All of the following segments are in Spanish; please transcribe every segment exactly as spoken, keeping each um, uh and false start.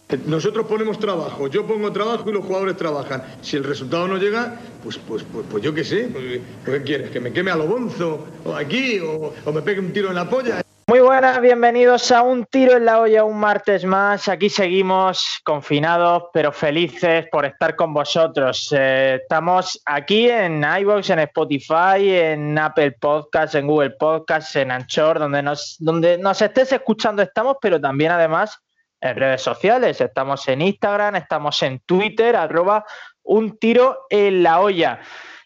Nosotros ponemos trabajo, yo pongo trabajo y los jugadores trabajan. Si el resultado no llega, pues pues pues, pues yo qué sé, pues, ¿qué quieres? ¿Que me queme a lo bonzo? ¿O aquí? O, ¿O me pegue un tiro en la polla? Muy buenas, bienvenidos a Un Tiro en la Olla, un martes más. Aquí seguimos confinados, pero felices por estar con vosotros. Eh, estamos aquí en iVoox, en Spotify, en Apple Podcasts, en Google Podcasts, en Anchor, donde nos, donde nos estés escuchando estamos, pero también además en redes sociales. Estamos en Instagram, estamos en Twitter, arroba Un Tiro en la Olla.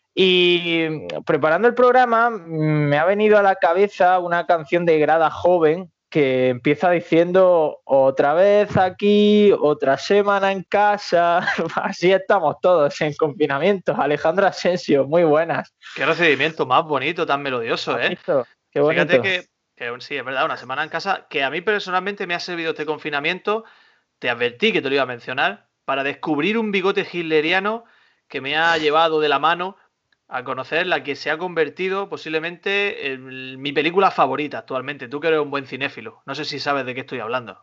Y preparando el programa me ha venido a la cabeza una canción de Grada Joven que empieza diciendo: otra vez aquí, otra semana en casa. Así estamos todos en confinamiento. Alejandro Asensio, muy buenas. Qué recibimiento más bonito, tan melodioso, ¿eh? Bonito, qué bonito. Fíjate que, que sí, es verdad, una semana en casa, que a mí personalmente me ha servido este confinamiento, te advertí que te lo iba a mencionar, para descubrir un bigote hitleriano que me ha llevado de la mano a conocer la que se ha convertido posiblemente en mi película favorita actualmente. Tú que eres un buen cinéfilo. No sé si sabes de qué estoy hablando.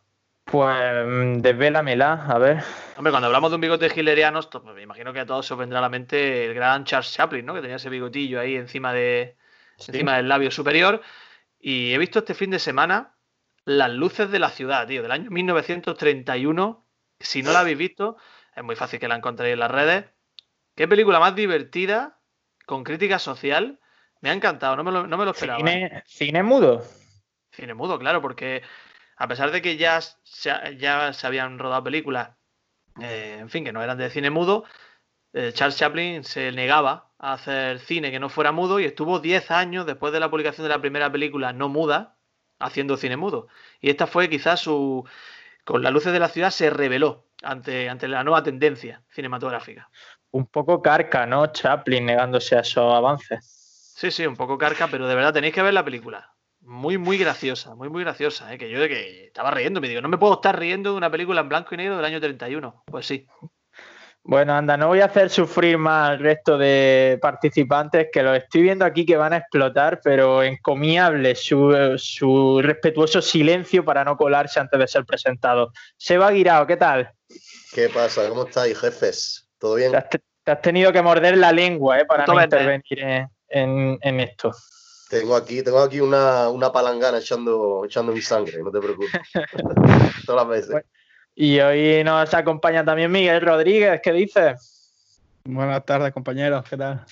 Pues desvélamela, a ver. Hombre, cuando hablamos de un bigote hitleriano, pues me imagino que a todos se os vendrá a la mente el gran Charles Chaplin, ¿no? Que tenía ese bigotillo ahí encima, de, sí. encima del labio superior. Y he visto este fin de semana Las luces de la ciudad, tío, del año mil novecientos treinta y uno. Si no la habéis visto, es muy fácil que la encontréis en las redes. Qué película más divertida, con crítica social. Me ha encantado, no me lo, no me lo esperaba. ¿Cine, ¿Cine mudo? Cine mudo, claro, porque a pesar de que ya se, ya se habían rodado películas, eh, en fin, que no eran de cine mudo, eh, Charles Chaplin se negaba a hacer cine que no fuera mudo y estuvo diez años después de la publicación de la primera película no muda haciendo cine mudo. Y esta fue quizás su... Con Las luces de la ciudad se rebeló ante, ante la nueva tendencia cinematográfica. Un poco carca, ¿no? Chaplin negándose a esos avances. Sí, sí, un poco carca, pero de verdad tenéis que ver la película. Muy, muy graciosa, muy, muy graciosa, ¿eh? Que yo de que estaba riendo, me digo, no me puedo estar riendo de una película en blanco y negro del año treinta y uno. Pues sí. Bueno, anda, no voy a hacer sufrir más al resto de participantes, que los estoy viendo aquí que van a explotar, pero encomiable su, su respetuoso silencio para no colarse antes de ser presentado. Seba Guirao, ¿qué tal? ¿Qué pasa? ¿Cómo estáis, jefes? ¿Todo bien? Te has, te has tenido que morder la lengua, ¿eh? Para no verde. intervenir en, en, en esto. Tengo aquí, tengo aquí una, una palangana echando, echando mi sangre, no te preocupes. Todas las veces. Bueno, y hoy nos acompaña también Miguel Rodríguez, ¿qué dices? Buenas tardes, compañeros, ¿qué tal?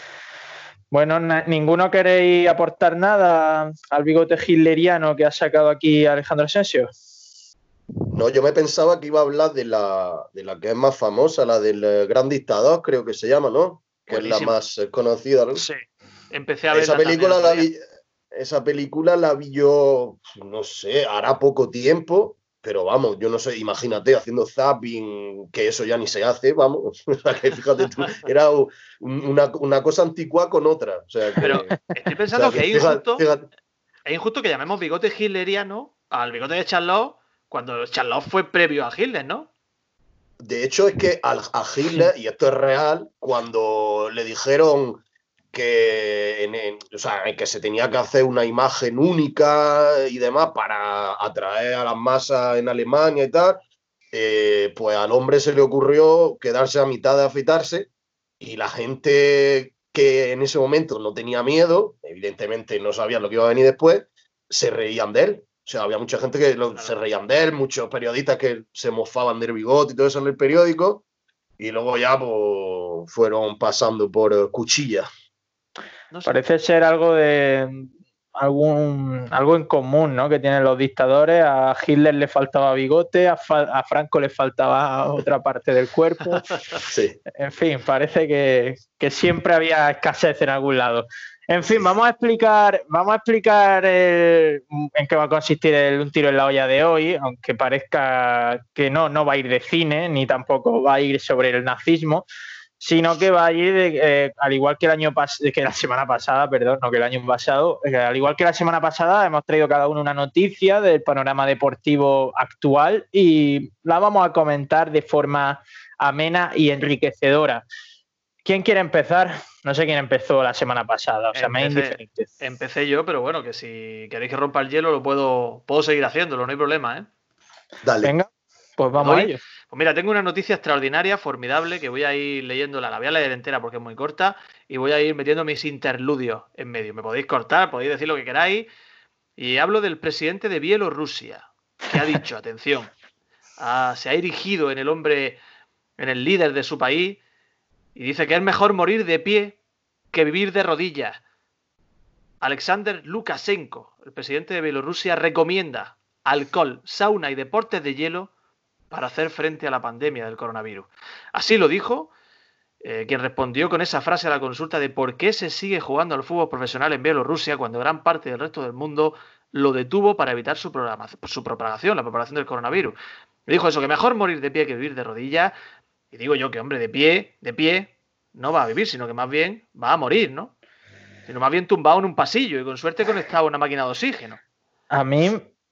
Bueno, ¿ninguno queréis aportar nada al bigote hitleriano que ha sacado aquí Alejandro Asensio? No, yo me pensaba que iba a hablar de la, de la que es más famosa, la del Gran Dictador, creo que se llama, ¿no? Que Buenísimo. Es la más conocida, ¿no? Sí, empecé a ver esa película la vi, Esa película la vi yo, no sé, hará poco tiempo, pero vamos, yo no sé, imagínate haciendo zapping, que eso ya ni se hace, vamos. O sea, que fíjate tú, era un, una, una cosa antigua con otra. O sea, que, pero estoy pensando o sea, que, que es injusto, fíjate, es injusto que llamemos bigote hitleriano al bigote de Charlotte cuando Charlotte fue previo a Hitler, ¿no? De hecho, es que a, a Hitler, y esto es real, cuando le dijeron que, en, en, o sea, que se tenía que hacer una imagen única y demás para atraer a las masas en Alemania y tal, eh, pues al hombre se le ocurrió quedarse a mitad de afeitarse y la gente que en ese momento no tenía miedo, evidentemente no sabían lo que iba a venir después, se reían de él. O sea, había mucha gente que lo, se reían de él, muchos periodistas que se mofaban del bigote y todo eso en el periódico, y luego ya pues, fueron pasando por uh, cuchillas. No sé. Parece ser algo de algún algo en común, ¿no? Que tienen los dictadores. A Hitler le faltaba bigote, a, Fa a Franco le faltaba otra parte del cuerpo. Sí. En fin, parece que, que siempre había escasez en algún lado. En fin, vamos a explicar, vamos a explicar el, en qué va a consistir el Un Tiro en la Olla de hoy, aunque parezca que no, no va a ir de cine, ni tampoco va a ir sobre el nazismo, sino que va a ir, de, eh, al igual que el año pas que la semana pasada, perdón, no que el año pasado, eh, al igual que la semana pasada, hemos traído cada uno una noticia del panorama deportivo actual y la vamos a comentar de forma amena y enriquecedora. ¿Quién quiere empezar? No sé quién empezó la semana pasada, o sea, empecé, me es indiferente. Empecé yo, pero bueno, que si queréis que rompa el hielo, lo puedo, puedo seguir haciéndolo, no hay problema, ¿eh? Dale. Venga. Pues vamos Hoy, a ello. Pues mira, tengo una noticia extraordinaria, formidable, que voy a ir leyéndola, la voy a leer entera porque es muy corta, y voy a ir metiendo mis interludios en medio. Me podéis cortar, podéis decir lo que queráis, y hablo del presidente de Bielorrusia, que ha dicho, atención, ah, se ha erigido en el hombre, en el líder de su país, y dice que es mejor morir de pie que vivir de rodillas. Alexander Lukashenko, el presidente de Bielorrusia, recomienda alcohol, sauna y deportes de hielo para hacer frente a la pandemia del coronavirus. Así lo dijo eh, quien respondió con esa frase a la consulta de por qué se sigue jugando al fútbol profesional en Bielorrusia cuando gran parte del resto del mundo lo detuvo para evitar su, su propagación, la propagación del coronavirus. Dijo eso, que mejor morir de pie que vivir de rodillas. Y digo yo que, hombre, de pie, de pie, no va a vivir, sino que más bien va a morir, ¿no? Sino más bien tumbado en un pasillo y con suerte conectado a una máquina de oxígeno. A mí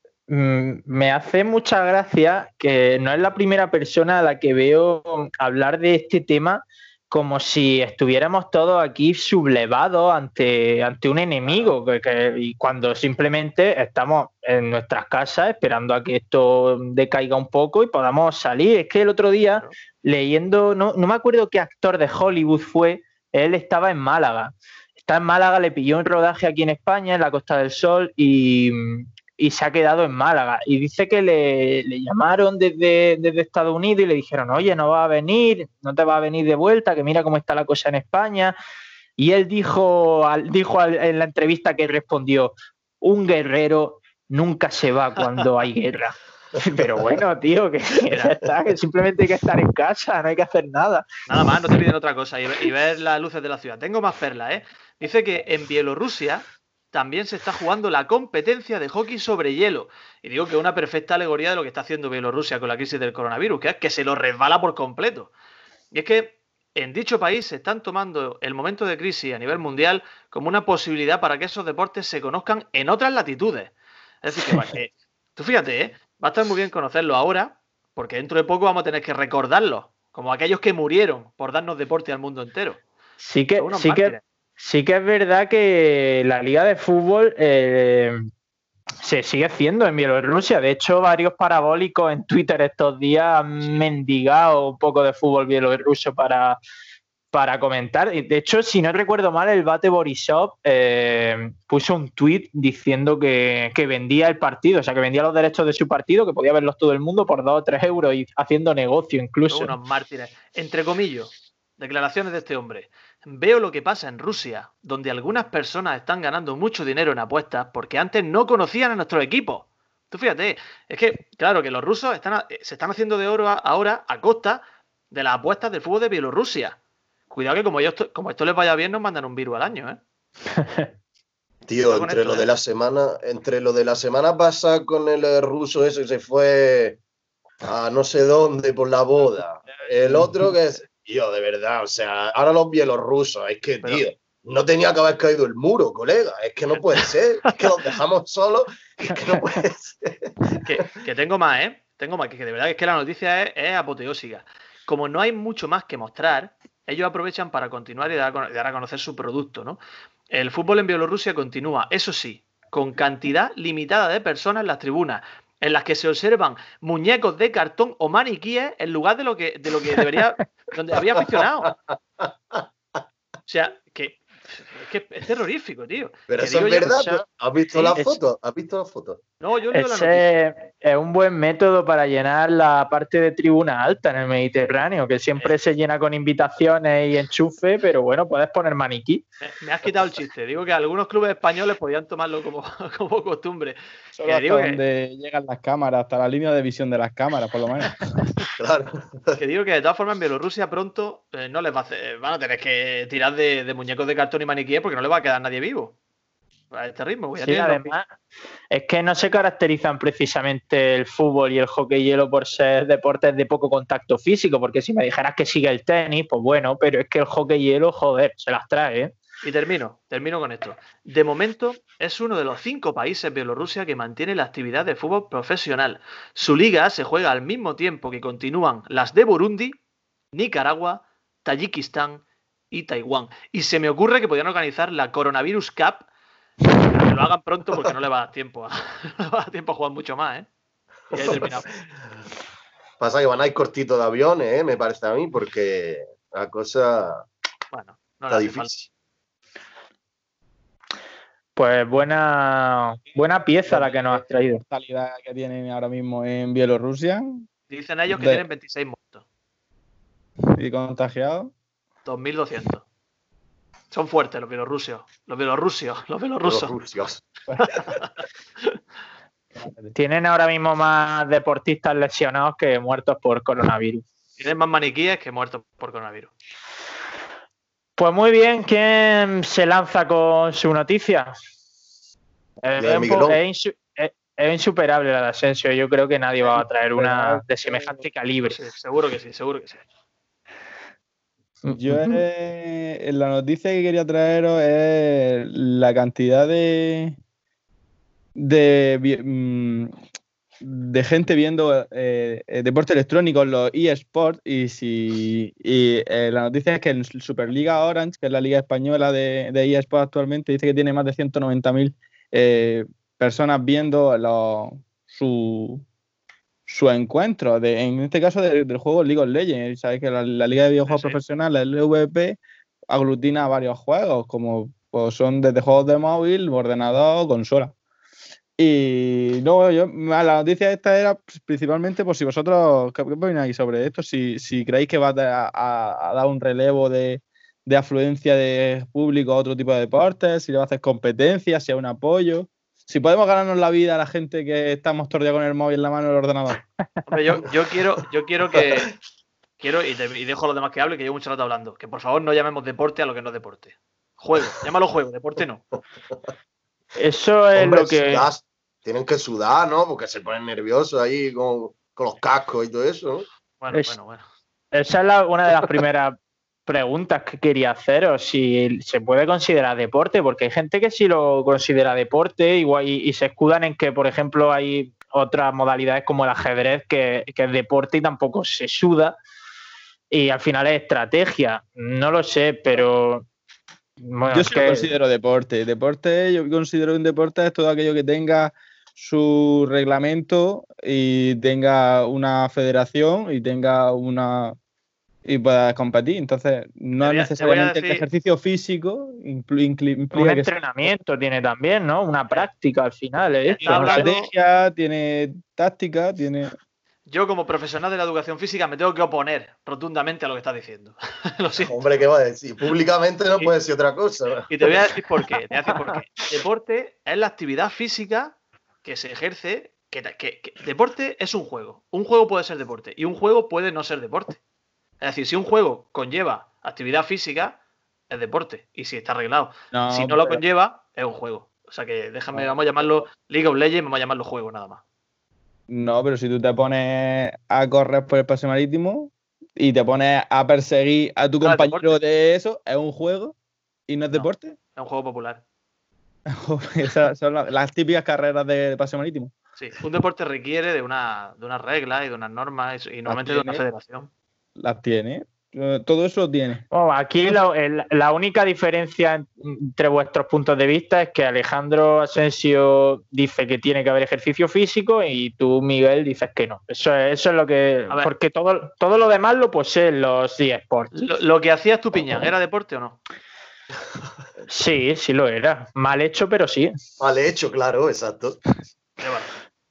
mmm, me hace mucha gracia que no es la primera persona a la que veo hablar de este tema como si estuviéramos todos aquí sublevados ante, ante un enemigo, que, que, y cuando simplemente estamos en nuestras casas esperando a que esto decaiga un poco y podamos salir. Es que el otro día, claro, leyendo, no, no me acuerdo qué actor de Hollywood fue, él estaba en Málaga. Está en Málaga, le pilló un rodaje aquí en España, en la Costa del Sol, y, y se ha quedado en Málaga. Y dice que le, le llamaron desde, desde Estados Unidos y le dijeron, oye, no va a venir, no te va a venir de vuelta, que mira cómo está la cosa en España. Y él dijo, dijo en la entrevista que respondió, un guerrero nunca se va cuando hay guerra. Pero bueno, tío, que, que ya está, que simplemente hay que estar en casa, no hay que hacer nada. Nada más, no te piden otra cosa y, y ver las luces de la ciudad. Tengo más perlas, ¿eh? Dice que en Bielorrusia también se está jugando la competencia de hockey sobre hielo. Y digo que es una perfecta alegoría de lo que está haciendo Bielorrusia con la crisis del coronavirus, que es que se lo resbala por completo. Y es que en dicho país se están tomando el momento de crisis a nivel mundial como una posibilidad para que esos deportes se conozcan en otras latitudes. Es decir, que, bueno, eh, tú fíjate, ¿eh? Va a estar muy bien conocerlo ahora, porque dentro de poco vamos a tener que recordarlos, como aquellos que murieron por darnos deporte al mundo entero. Sí que, sí que, sí que es verdad que la liga de fútbol eh, se sigue haciendo en Bielorrusia. De hecho, varios parabólicos en Twitter estos días han mendigado un poco de fútbol bielorruso para, para comentar. De hecho, si no recuerdo mal, el Bate Borisov eh, puso un tuit diciendo que, que vendía el partido, o sea, que vendía los derechos de su partido, que podía verlos todo el mundo por dos o tres euros y haciendo negocio incluso. Son unos mártires. Entre comillas, declaraciones de este hombre. Veo lo que pasa en Rusia, donde algunas personas están ganando mucho dinero en apuestas porque antes no conocían a nuestro equipo. Tú fíjate, es que, claro, que los rusos están, se están haciendo de oro ahora a costa de las apuestas del fútbol de Bielorrusia. Cuidado que como, yo esto, como esto les vaya bien, nos mandan un virus al año, ¿eh? Tío, entre esto, lo ¿eh? de la semana, entre lo de la semana pasada con el ruso ese que se fue a no sé dónde por la boda, el otro que es, tío, de verdad, o sea, ahora los bielorrusos, es que, Pero, tío, no tenía que haber caído el muro, colega, es que no puede ser, es que los dejamos solos, es que no puede ser. Que, que tengo más, ¿eh? Tengo más, que, que de verdad es que la noticia es, es apoteósica. Como no hay mucho más que mostrar, ellos aprovechan para continuar y dar a, dar a conocer su producto, ¿no? El fútbol en Bielorrusia continúa, eso sí, con cantidad limitada de personas en las tribunas, en las que se observan muñecos de cartón o maniquíes en lugar de lo que, de lo que debería, donde había aficionado. O sea, que es que es terrorífico, tío. Pero eso es verdad, yo, ¿has visto sí, la foto? ¿Has visto la foto? No, yo leo la noticia. Es un buen método para llenar la parte de tribuna alta en el Mediterráneo, que siempre eh. se llena con invitaciones y enchufe, pero bueno, puedes poner maniquí. Me, me has quitado el chiste. Digo que algunos clubes españoles podían tomarlo como, como costumbre. Solo que hasta digo donde que... llegan las cámaras, hasta la línea de visión de las cámaras, por lo menos. Claro. Que digo que de todas formas en Bielorrusia pronto eh, no les va a hacer, van a tener que tirar de, de muñecos de cartón y maniquíes porque no les va a quedar nadie vivo. A este ritmo, voy a sí, además, es que no se caracterizan precisamente el fútbol y el hockey hielo por ser deportes de poco contacto físico, porque si me dijeras que sigue el tenis, pues bueno, pero es que el hockey hielo, joder, se las trae, ¿eh? Y termino, termino con esto. De momento, es uno de los cinco países Bielorrusia que mantiene la actividad de fútbol profesional. Su liga se juega al mismo tiempo que continúan las de Burundi, Nicaragua, Tayikistán y Taiwán. Y se me ocurre que podrían organizar la Coronavirus Cup, pero que lo hagan pronto porque no le va a dar tiempo a, no le va a dar tiempo a jugar mucho más, ¿eh? Y ahí terminado. Pasa que van a ir cortitos de aviones, ¿eh? Me parece a mí, porque la cosa Bueno, no está le hace falta. difícil. Pues buena, buena pieza la que nos has traído. La mortalidad que tienen ahora mismo en Bielorrusia Dicen ellos que De- tienen veintiséis muertos, y contagiados. dos mil doscientos. Son fuertes los bielorrusios, los bielorrusios, los Los bielorrusos. rusos. Tienen ahora mismo más deportistas lesionados que muertos por coronavirus. Tienen más maniquíes que muertos por coronavirus. Pues muy bien, ¿quién se lanza con su noticia? Es, de un Miguelón. po- es insu- es- es insuperable la de Asensio. Yo creo que nadie va a traer una de semejante calibre. Sí, seguro que sí, seguro que sí. Yo eh, en la noticia que quería traeros es la cantidad de de, vi- mm, de gente viendo eh, eh, deporte electrónico, los eSports, y si y, eh, la noticia es que en Superliga Orange, que es la liga española de, de eSports actualmente, dice que tiene más de ciento noventa mil eh, personas viendo los, su su encuentro, de, en este caso de- del juego League of Legends. Sabéis que la, la Liga de Videojuegos Sí, sí. Profesional, Profesional, la L V P, aglutina varios juegos, como pues, son desde juegos de móvil, ordenador, consola. Y no, yo, la noticia esta era principalmente por si vosotros, ¿qué, qué opináis sobre esto? Si, si creéis que va a, a- a dar un relevo de, de afluencia de público a otro tipo de deportes, si le va a hacer competencia, si es un apoyo. Si podemos ganarnos la vida a la gente que estamos todo el día con el móvil en la mano en el ordenador. Hombre, yo, yo quiero, yo quiero que. Quiero, y, te- y dejo a los demás que hablen, que llevo mucho rato hablando. Que por favor no llamemos deporte a lo que no es deporte. Juego, llámalo juego, deporte no. Eso es Hombre, lo que. sudar, tienen que sudar, ¿no? Porque se ponen nerviosos ahí con, con los cascos y todo eso, ¿no? Bueno, Es- bueno, bueno. Esa es la- una de las primeras preguntas que quería haceros, si se puede considerar deporte, porque hay gente que sí lo considera deporte igual, y, y se escudan en que, por ejemplo, hay otras modalidades como el ajedrez que, que es deporte y tampoco se suda, y al final es estrategia. No lo sé, pero bueno, Yo es sí lo que- considero deporte. Deporte, yo considero un deporte es todo aquello que tenga su reglamento y tenga una federación y tenga una y pueda competir. Entonces, no Te voy a- es te voy a necesariamente el decir- ejercicio físico impl- incli- un implica que sea entrenamiento tiene también, ¿no? Una práctica al final. ¿eh? Está No sé. hablando- estrategia, tiene táctica, tiene. Yo, como profesional de la educación física, me tengo que oponer rotundamente a lo que estás diciendo. Lo siento. Hombre, ¿qué va a decir? Públicamente no Sí. puede decir otra cosa. Y te voy a decir por qué. Te voy a decir por qué. Deporte es la actividad física que se ejerce. Que, que- que- deporte es un juego. Un juego puede ser deporte y un juego puede no ser deporte. Es decir, si un juego conlleva actividad física, es deporte y si está arreglado. No, si no lo pero- conlleva, es un juego. O sea que déjame, No. vamos a llamarlo League of Legends, vamos a llamarlo juego nada más. No, pero si tú te pones a correr por el paseo marítimo y te pones a perseguir a tu No, es compañero deporte. de eso, es un juego y no es No. deporte. Es un juego popular. Esas son la- las típicas carreras de paseo marítimo. Sí, un deporte requiere de una, de unas reglas y de unas normas y, y normalmente de una tiene. federación. Las tiene. Eh, Todo eso lo tiene. Bueno, aquí lo- el- la única diferencia en- entre vuestros puntos de vista es que Alejandro Asensio dice que tiene que haber ejercicio físico y tú, Miguel, dices que no. Eso es, eso es lo que. A ver. Porque todo, todo lo demás lo poseen los eSports. Lo, lo que hacías tú, Piñán, ¿era deporte o no? Sí, sí lo era. Mal hecho, pero sí. Mal hecho, claro, exacto. Qué bueno.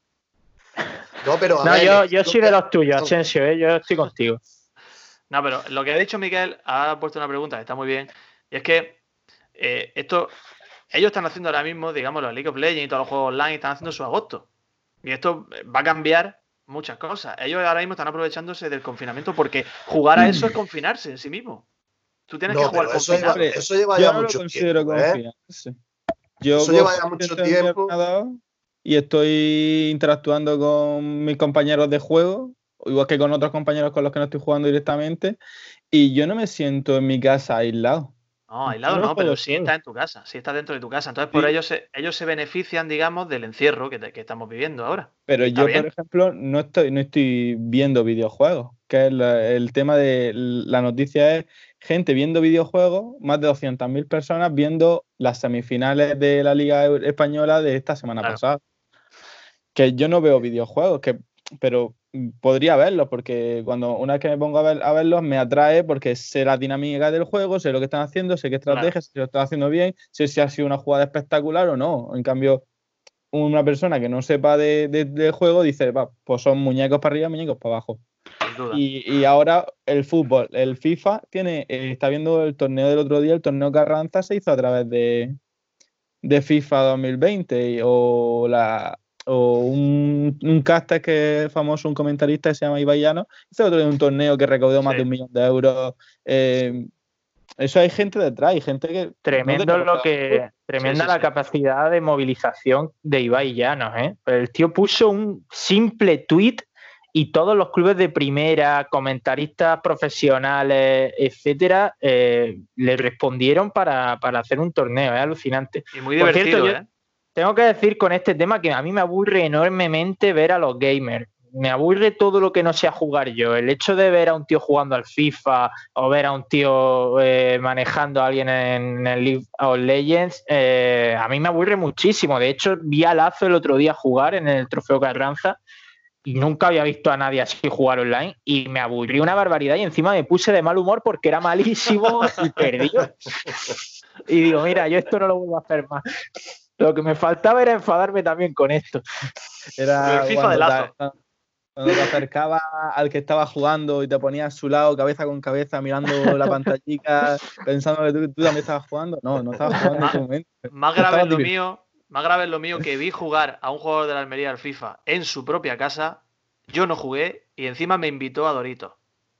No, pero a No, ver, yo, es yo lo soy que- de los tuyos, Asensio, ¿eh? Yo estoy contigo. No, pero lo que ha dicho Miguel ha puesto una pregunta que está muy bien. Y es que eh, esto, ellos están haciendo ahora mismo, digamos, los League of Legends y todos los juegos online están haciendo su agosto. Y esto va a cambiar muchas cosas. Ellos ahora mismo están aprovechándose del confinamiento porque jugar a eso es confinarse en sí mismo. Tú tienes No, que jugar pero eso lleva, confinado. eso lleva Yo ya no lo mucho considero tiempo, ¿eh? confinarse. Yo Eso lleva cojo ya mucho dentro de mi tiempo. ordenador y estoy interactuando con mis compañeros de juego, igual que con otros compañeros con los que no estoy jugando directamente, y yo no me siento en mi casa aislado. No, aislado Yo no no, pero juego sí solo. está en tu casa, sí está dentro de tu casa. Entonces, por Sí. ello se, ellos se benefician, digamos, del encierro que, te- que estamos viviendo ahora. Pero Está yo, bien. por ejemplo, no estoy, no estoy viendo videojuegos, que es la- el tema de la noticia es gente viendo videojuegos, más de doscientas mil personas viendo las semifinales de la Liga Eu- Española de esta semana Claro. pasada. Que yo no veo videojuegos, que pero podría verlos, porque cuando una vez que me pongo a, ver, a verlos me atrae porque sé la dinámica del juego, sé lo que están haciendo, sé qué estrategia, claro. sé si lo están haciendo bien, sé si ha sido una jugada espectacular o no. En cambio, una persona que no sepa de, de, de juego dice, va, pues son muñecos para arriba, muñecos para abajo. Y, y ahora el fútbol, el FIFA, tiene eh, está viendo el torneo del otro día, el torneo Carranza se hizo a través de, de FIFA dos mil veinte o la o un, un caster que es famoso, un comentarista que se llama Ibai Llano, hizo otro día un torneo que recaudó más sí. de un millón de euros. Eh, eso hay gente detrás, hay gente que... Tremendo no lo que... Tremenda sí, sí, la sí. capacidad de movilización de Ibai Llanos, ¿eh? El tío puso un simple tuit y todos los clubes de primera, comentaristas profesionales, etcétera, eh, le respondieron para, para hacer un torneo. Es alucinante. Y muy divertido, Por cierto, ¿eh? Yo tengo que decir con este tema que a mí me aburre enormemente ver a los gamers. Me aburre todo lo que no sea jugar yo. El hecho de ver a un tío jugando al FIFA o ver a un tío eh, manejando a alguien en el League of Legends, eh, a mí me aburre muchísimo. De hecho, vi a Lazo el otro día jugar en el Trofeo Carranza y nunca había visto a nadie así jugar online y me aburrí una barbaridad y encima me puse de mal humor porque era malísimo y perdido. Y digo, mira, yo esto no lo vuelvo a hacer más. Lo que me faltaba era enfadarme también con esto. Era el FIFA de Lazo. Te, cuando te acercabas al que estaba jugando y te ponías a su lado, cabeza con cabeza, mirando la pantallica, pensando que tú, tú también estabas jugando. No, no estabas jugando en ese momento. Más grave es lo mío, más grave es lo mío que vi jugar a un jugador de la Almería al FIFA en su propia casa. Yo no jugué y encima me invitó a Doritos.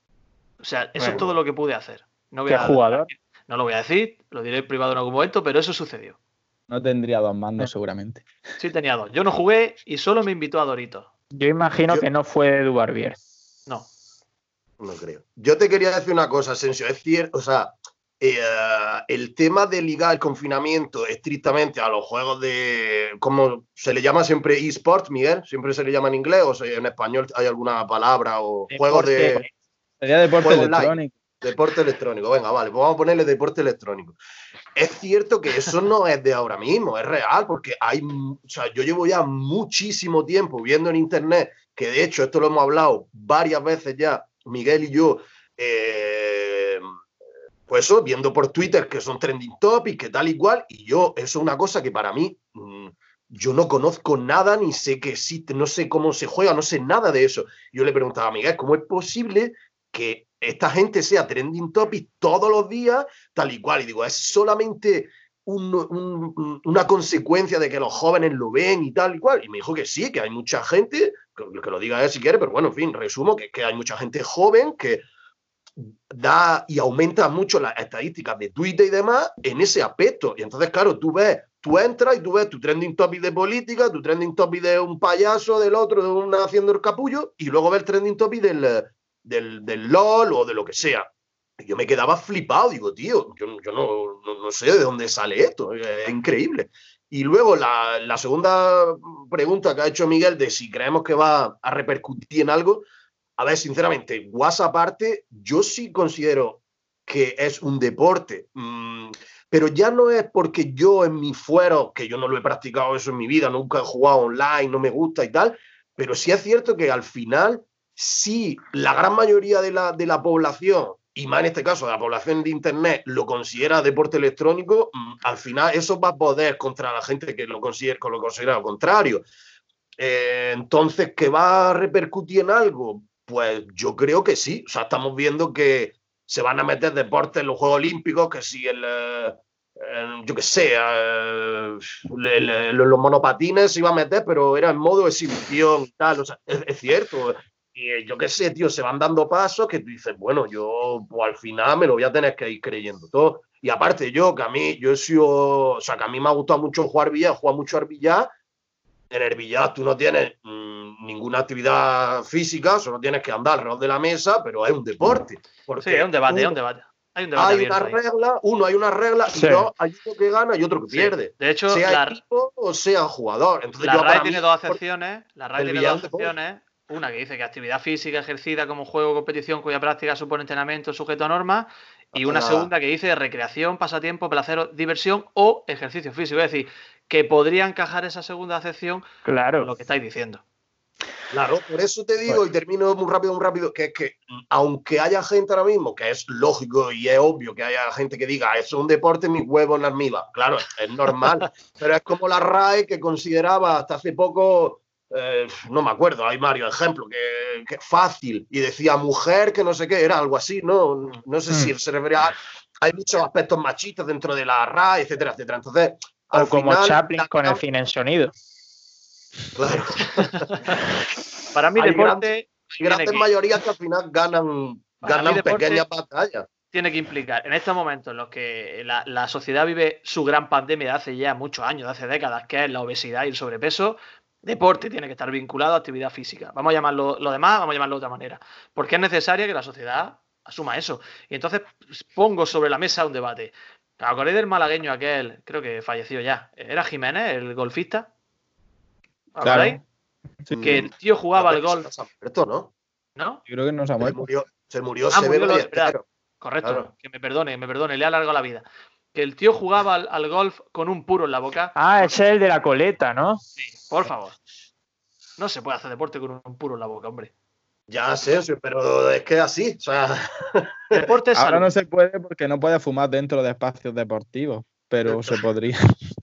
O sea, eso bueno, es todo lo que pude hacer. No voy ¿Qué a, jugador? No lo voy a decir, lo diré en privado en algún momento, pero eso sucedió. No tendría dos mandos, seguramente. Sí, tenía dos. Yo no jugué y solo me invitó a Doritos. Yo imagino Yo... que no fue Edu Barbier. No. No creo. Yo te quería decir una cosa, Asensio. Es cierto, o sea, eh, el tema de ligar el confinamiento estrictamente a los juegos de, ¿cómo se le llama siempre? eSports, Miguel. ¿Siempre se le llama en inglés o en español hay alguna palabra? O deporte, juegos de... Sería deporte electrónico. Online. Deporte electrónico, venga, vale, pues vamos a ponerle deporte electrónico. Es cierto que eso no es de ahora mismo, es real, porque hay, o sea, yo llevo ya muchísimo tiempo viendo en internet, que de hecho esto lo hemos hablado varias veces ya, Miguel y yo, eh, pues eso, viendo por Twitter que son trending topics, que tal y cual, y yo, eso es una cosa que para mí, mmm, yo no conozco nada, ni sé que existe, no sé cómo se juega, no sé nada de eso. Yo le preguntaba a Miguel, ¿cómo es posible que esta gente sea trending topic todos los días, tal y cual? Y digo, es solamente un, un, una consecuencia de que los jóvenes lo ven y tal y cual. Y me dijo que sí, que hay mucha gente, que, que lo diga él si quiere, pero bueno, en fin, resumo que, que hay mucha gente joven que da y aumenta mucho las estadísticas de Twitter y demás en ese aspecto. Y entonces, claro, tú ves, tú entras y tú ves tu trending topic de política, tu trending topic de un payaso, del otro, de una haciendo el capullo, y luego ves el trending topic del... Del, del LOL o de lo que sea. Yo me quedaba flipado, digo, tío, yo, yo no, no, no sé de dónde sale esto, es increíble. Y luego la, la segunda pregunta que ha hecho Miguel de si creemos que va a repercutir en algo, a ver, sinceramente, WhatsApp aparte, yo sí considero que es un deporte, mmm, pero ya no es porque yo en mi fuero, que yo no lo he practicado eso en mi vida, nunca he jugado online, no me gusta y tal, pero sí es cierto que al final si la gran mayoría de la, de la población, y más en este caso de la población de Internet, lo considera deporte electrónico, al final eso va a poder contra la gente que lo considera, lo considera lo contrario. Eh, entonces, ¿que va a repercutir en algo? Pues yo creo que sí. O sea, estamos viendo que se van a meter deportes en los Juegos Olímpicos, que si el... Eh, Eh, yo qué sé, eh, le, le, los monopatines se iba a meter, pero era en modo exhibición y tal, o sea, es, es cierto. Y yo qué sé, tío, se van dando pasos que tú dices, bueno, yo pues, al final me lo voy a tener que ir creyendo todo. Y aparte yo, que a mí, yo he sido, o sea, que a mí me ha gustado mucho jugar billar, jugar mucho al billar. En el billar tú no tienes mmm, ninguna actividad física, solo tienes que andar alrededor de la mesa, pero es un deporte. Sí, es un debate, es un debate. Hay, un hay una ahí. regla, uno hay una regla sí. y dos hay uno que gana y otro que sí. pierde. De hecho, sea la, equipo o sea jugador. Entonces, la yo, R A E para tiene mí, dos acepciones. La R A E tiene dos acepciones. Después. Una que dice que actividad física ejercida como juego o competición cuya práctica supone entrenamiento sujeto a normas. Y una nada. segunda que dice recreación, pasatiempo, placer, diversión o ejercicio físico. Es decir, que podría encajar esa segunda acepción claro. con lo que estáis diciendo. Claro, por eso te digo, y termino muy rápido, muy rápido, que es que aunque haya gente ahora mismo, que es lógico y es obvio que haya gente que diga, eso es un deporte, mis huevos en la almíbar. Claro, es normal, pero es como la R A E que consideraba hasta hace poco, eh, no me acuerdo, hay varios ejemplos, que, que fácil, y decía mujer que no sé qué, era algo así, ¿no? No sé si se refería a... Hay muchos aspectos machistas dentro de la R A E, etcétera, etcétera. Entonces, al O como final, Chaplin la- con el cine en sonido. Claro. Para mí, Hay deporte Hay tiene grandes que, mayorías que al final ganan, Para mí, ganan deporte- pequeñas batallas. tiene que implicar, en estos momentos en los que la, la sociedad vive su gran pandemia de hace ya muchos años, de hace décadas, que es la obesidad y el sobrepeso, deporte tiene que estar vinculado a actividad física. Vamos a llamarlo lo demás, vamos a llamarlo de otra manera. Porque es necesaria que la sociedad asuma eso. Y entonces pues, pongo sobre la mesa un debate. ¿Os acordáis del malagueño aquel, creo que falleció ya? ¿Era Jiménez, el golfista? ¿Os acordáis? Sí, Que el tío jugaba al Creo que golf, se ha muerto, ¿no? ¿no? yo creo que no se ha Se muerto. murió, se murió Ah, se ve murió, no, de verdad. Ballesteros. Correcto, Claro. que me perdone, me perdone, le ha alargado la vida. Que el tío jugaba al, al golf con un puro en la boca. Ah, ese es el de la coleta, ¿no? Sí, por favor. No se puede hacer deporte con un puro en la boca, hombre. Ya sé, sí, pero es que así, o sea, Deporte es Ahora salud. no se puede porque no puede fumar dentro de espacios deportivos, pero se podría.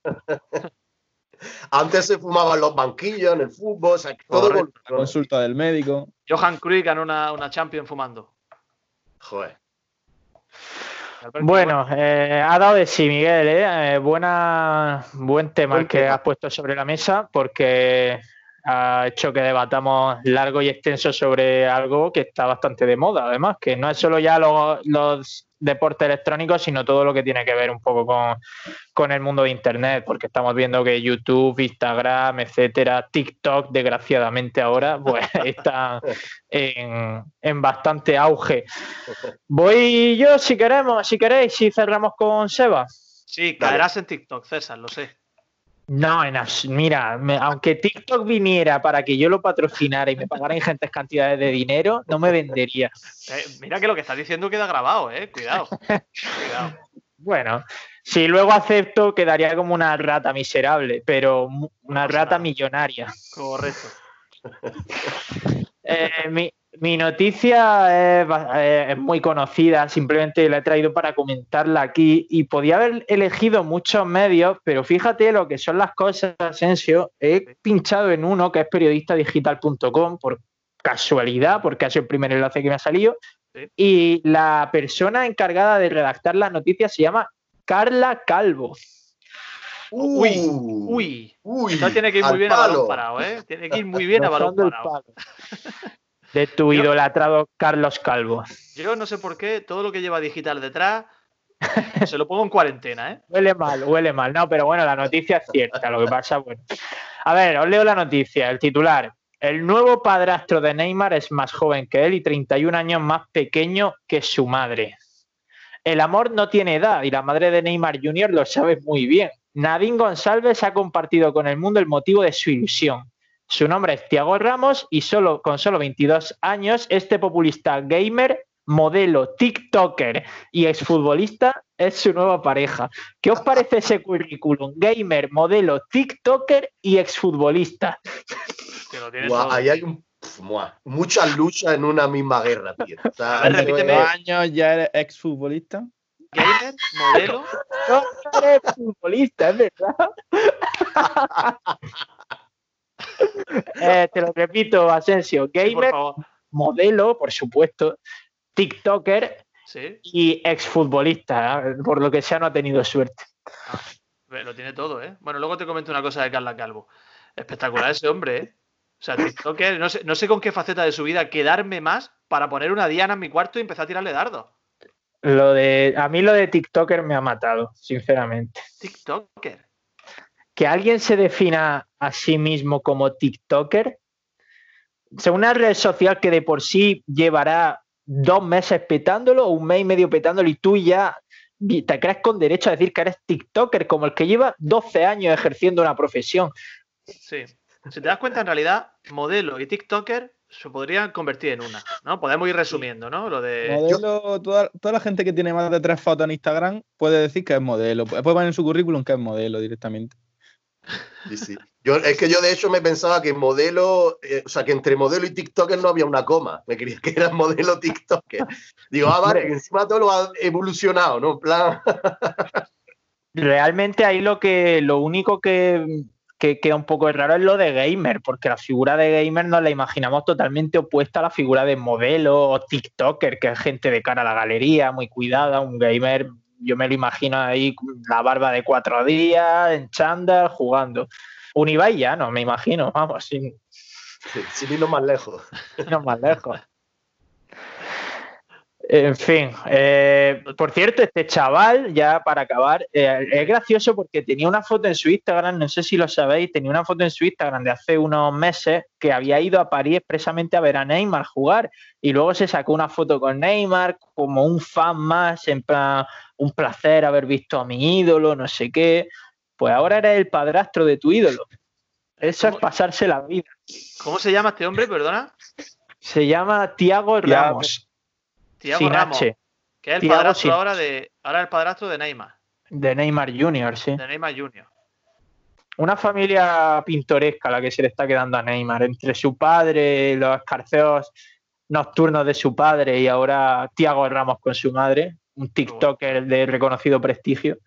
antes se fumaban en los banquillos, en el fútbol, o sea, todo Correcto. La evoluciona. consulta del médico. Johan Cruyff ganó una, una Champions fumando. Joder. Bueno, eh, ha dado de sí, Miguel, ¿eh? Eh, buena, buen tema Buen el que tema. has puesto sobre la mesa porque ha hecho que debatamos largo y extenso sobre algo que está bastante de moda, además, que no es solo ya los, los deportes electrónicos, sino todo lo que tiene que ver un poco con, con el mundo de Internet, porque estamos viendo que YouTube, Instagram, etcétera, TikTok, desgraciadamente ahora, pues está en, en bastante auge. Voy yo, si queremos, si queréis, si cerramos con Seba. Sí, caerás en TikTok, César, lo sé. No, en abs- mira, me- aunque TikTok viniera para que yo lo patrocinara y me pagara ingentes cantidades de dinero, no me vendería. Eh, mira que lo que estás diciendo queda grabado, eh. Cuidado. Cuidado. Bueno, si luego acepto, quedaría como una rata miserable, pero mu- una pasa rata nada. millonaria. Correcto. Eh, mi, mi noticia es, ba- eh, es muy conocida, simplemente la he traído para comentarla aquí y podía haber elegido muchos medios, pero fíjate lo que son las cosas, Asensio. He pinchado en uno que es periodista digital punto com por casualidad, porque ha sido el primer enlace que me ha salido, Sí. y la persona encargada de redactar las noticias se llama Carla Calvo. Uy, Uh, uy. uy, Esto tiene que ir muy al bien a balón palo. parado, ¿eh? Tiene que ir muy bien a balón Rozando el parado. palo. De tu Yo- idolatrado Carlos Calvo. Yo no sé por qué todo lo que lleva digital detrás se lo pongo en cuarentena, ¿eh? Huele mal, huele mal. No, pero bueno, la noticia es cierta. Lo que pasa, bueno. A ver, os leo la noticia, el titular. El nuevo padrastro de Neymar es más joven que él y treinta y un años más pequeño que su madre. El amor no tiene edad y la madre de Neymar junior lo sabe muy bien. Nadine González ha compartido con el mundo el motivo de su ilusión. Su nombre es Thiago Ramos y solo, con solo veintidós años, este populista gamer, modelo, tiktoker y exfutbolista es su nueva pareja. ¿Qué os parece ese currículum? Gamer, modelo, tiktoker y exfutbolista. Que lo tiene Guau, todo. ahí hay un, pf, muah, muchas luchas en una misma guerra, tío. O sea, A ver, eso repíteme. es- ¿Dos años ya eres exfutbolista? Gamer, modelo. No eres futbolista, es verdad. Eh, te lo repito, Asensio. Sí, por Gamer, favor. modelo, por supuesto, tiktoker Sí, y exfutbolista. ¿eh? Por lo que sea, no ha tenido suerte. ve, lo tiene todo, ¿eh? Bueno, luego te comento una cosa de Carla Calvo. Espectacular ese hombre, ¿eh? O sea, TikToker, no sé, no sé con qué faceta de su vida quedarme más para poner una diana en mi cuarto y empezar a tirarle dardos. Lo de, a mí lo de tiktoker me ha matado, sinceramente. TikToker. Que alguien se defina a sí mismo como tiktoker, o sea, una red social que de por sí llevará dos meses petándolo o un mes y medio petándolo y tú ya te crees con derecho a decir que eres tiktoker como el que lleva doce años ejerciendo una profesión. Sí. Si te das cuenta, en realidad, modelo y TikToker se podrían convertir en una, ¿no? Podemos ir resumiendo, ¿no? Lo de... Modelo, toda, toda la gente que tiene más de tres fotos en Instagram puede decir que es modelo. Puede poner en su currículum que es modelo directamente. Sí, sí. Yo, es que yo de hecho me pensaba que modelo, eh, o sea, que entre modelo y TikToker no había una coma. Me creía que era modelo TikToker. Digo, ah, vale, que encima todo lo ha evolucionado, ¿no? En plan. Realmente ahí lo que lo único que, que queda un poco raro es lo de gamer, porque la figura de gamer nos la imaginamos totalmente opuesta a la figura de modelo o TikToker, que es gente de cara a la galería, muy cuidada. Un gamer, yo me lo imagino ahí con la barba de cuatro días, en chándal, jugando. Un Ibai ya no, me imagino, vamos, sin, Sin irnos más lejos. irnos más lejos. En fin, eh, por cierto, este chaval, ya para acabar, eh, es gracioso porque tenía una foto en su Instagram, no sé si lo sabéis, tenía una foto en su Instagram de hace unos meses que había ido a París expresamente a ver a Neymar jugar y luego se sacó una foto con Neymar como un fan más, en plan, un placer haber visto a mi ídolo, no sé qué. Pues ahora eres el padrastro de tu ídolo. Eso ¿Cómo? Es pasarse la vida. ¿Cómo se llama este hombre, perdona? Se llama Thiago Ramos. Thiago Sin Ramos, H. que es el Thiago padrastro sin- ahora de ahora el padrastro de Neymar, De Neymar junior, sí. de Neymar junior Una familia pintoresca la que se le está quedando a Neymar, entre su padre, los escarceos nocturnos de su padre y ahora Thiago Ramos con su madre, un TikToker de reconocido prestigio.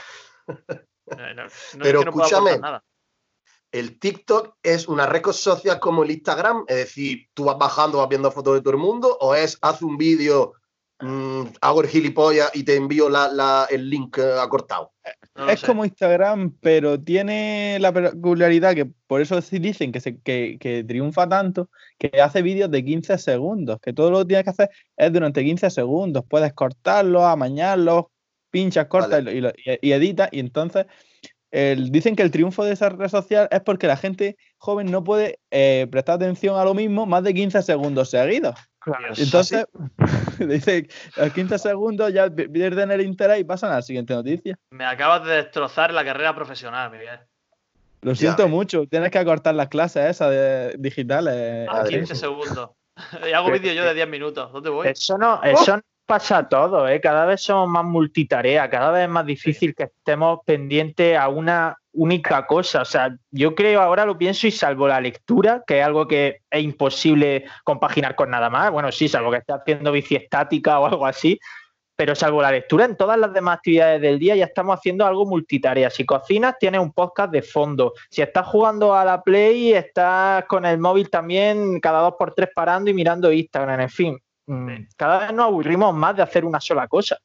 No, no, no, Pero es que no puedo escúchame. aportar nada. El TikTok es una red social como el Instagram, es decir, tú vas bajando, vas viendo fotos de todo el mundo, o es haz un vídeo, mmm, hago el gilipollas y te envío la, la, el link eh, acortado. No lo Es sé. como Instagram, pero tiene la peculiaridad que por eso sí dicen que, se, que, que triunfa tanto, que hace vídeos de quince segundos, que todo lo que tienes que hacer es durante quince segundos. Puedes cortarlos, amañarlos, pinchas, cortas Vale. y, lo- y, y editas. Y entonces el, dicen que el triunfo de esa red social es porque la gente joven no puede eh, prestar atención a lo mismo más de quince segundos seguidos. Claro. Dios. Entonces, dice, a quince segundos ya pierden el interés y pasan a la siguiente noticia. Me acabas de destrozar la carrera profesional, Miguel. Lo Ya siento ves. mucho, tienes que acortar las clases esas de, digitales. A Madre quince mía. segundos. Y hago vídeo yo de diez minutos. ¿Dónde voy? Eso no, eso no pasa a todo, ¿eh? Cada vez somos más multitarea, cada vez es más difícil que estemos pendientes a una única cosa. O sea, yo creo, ahora lo pienso y salvo la lectura, que es algo que es imposible compaginar con nada más. Bueno, sí, salvo que esté haciendo bici estática o algo así, pero salvo la lectura, en todas las demás actividades del día ya estamos haciendo algo multitarea. Si cocinas, tienes un podcast de fondo. Si estás jugando a la Play, estás con el móvil también cada dos por tres parando y mirando Instagram, en fin. Sí. Cada vez nos aburrimos más de hacer una sola cosa.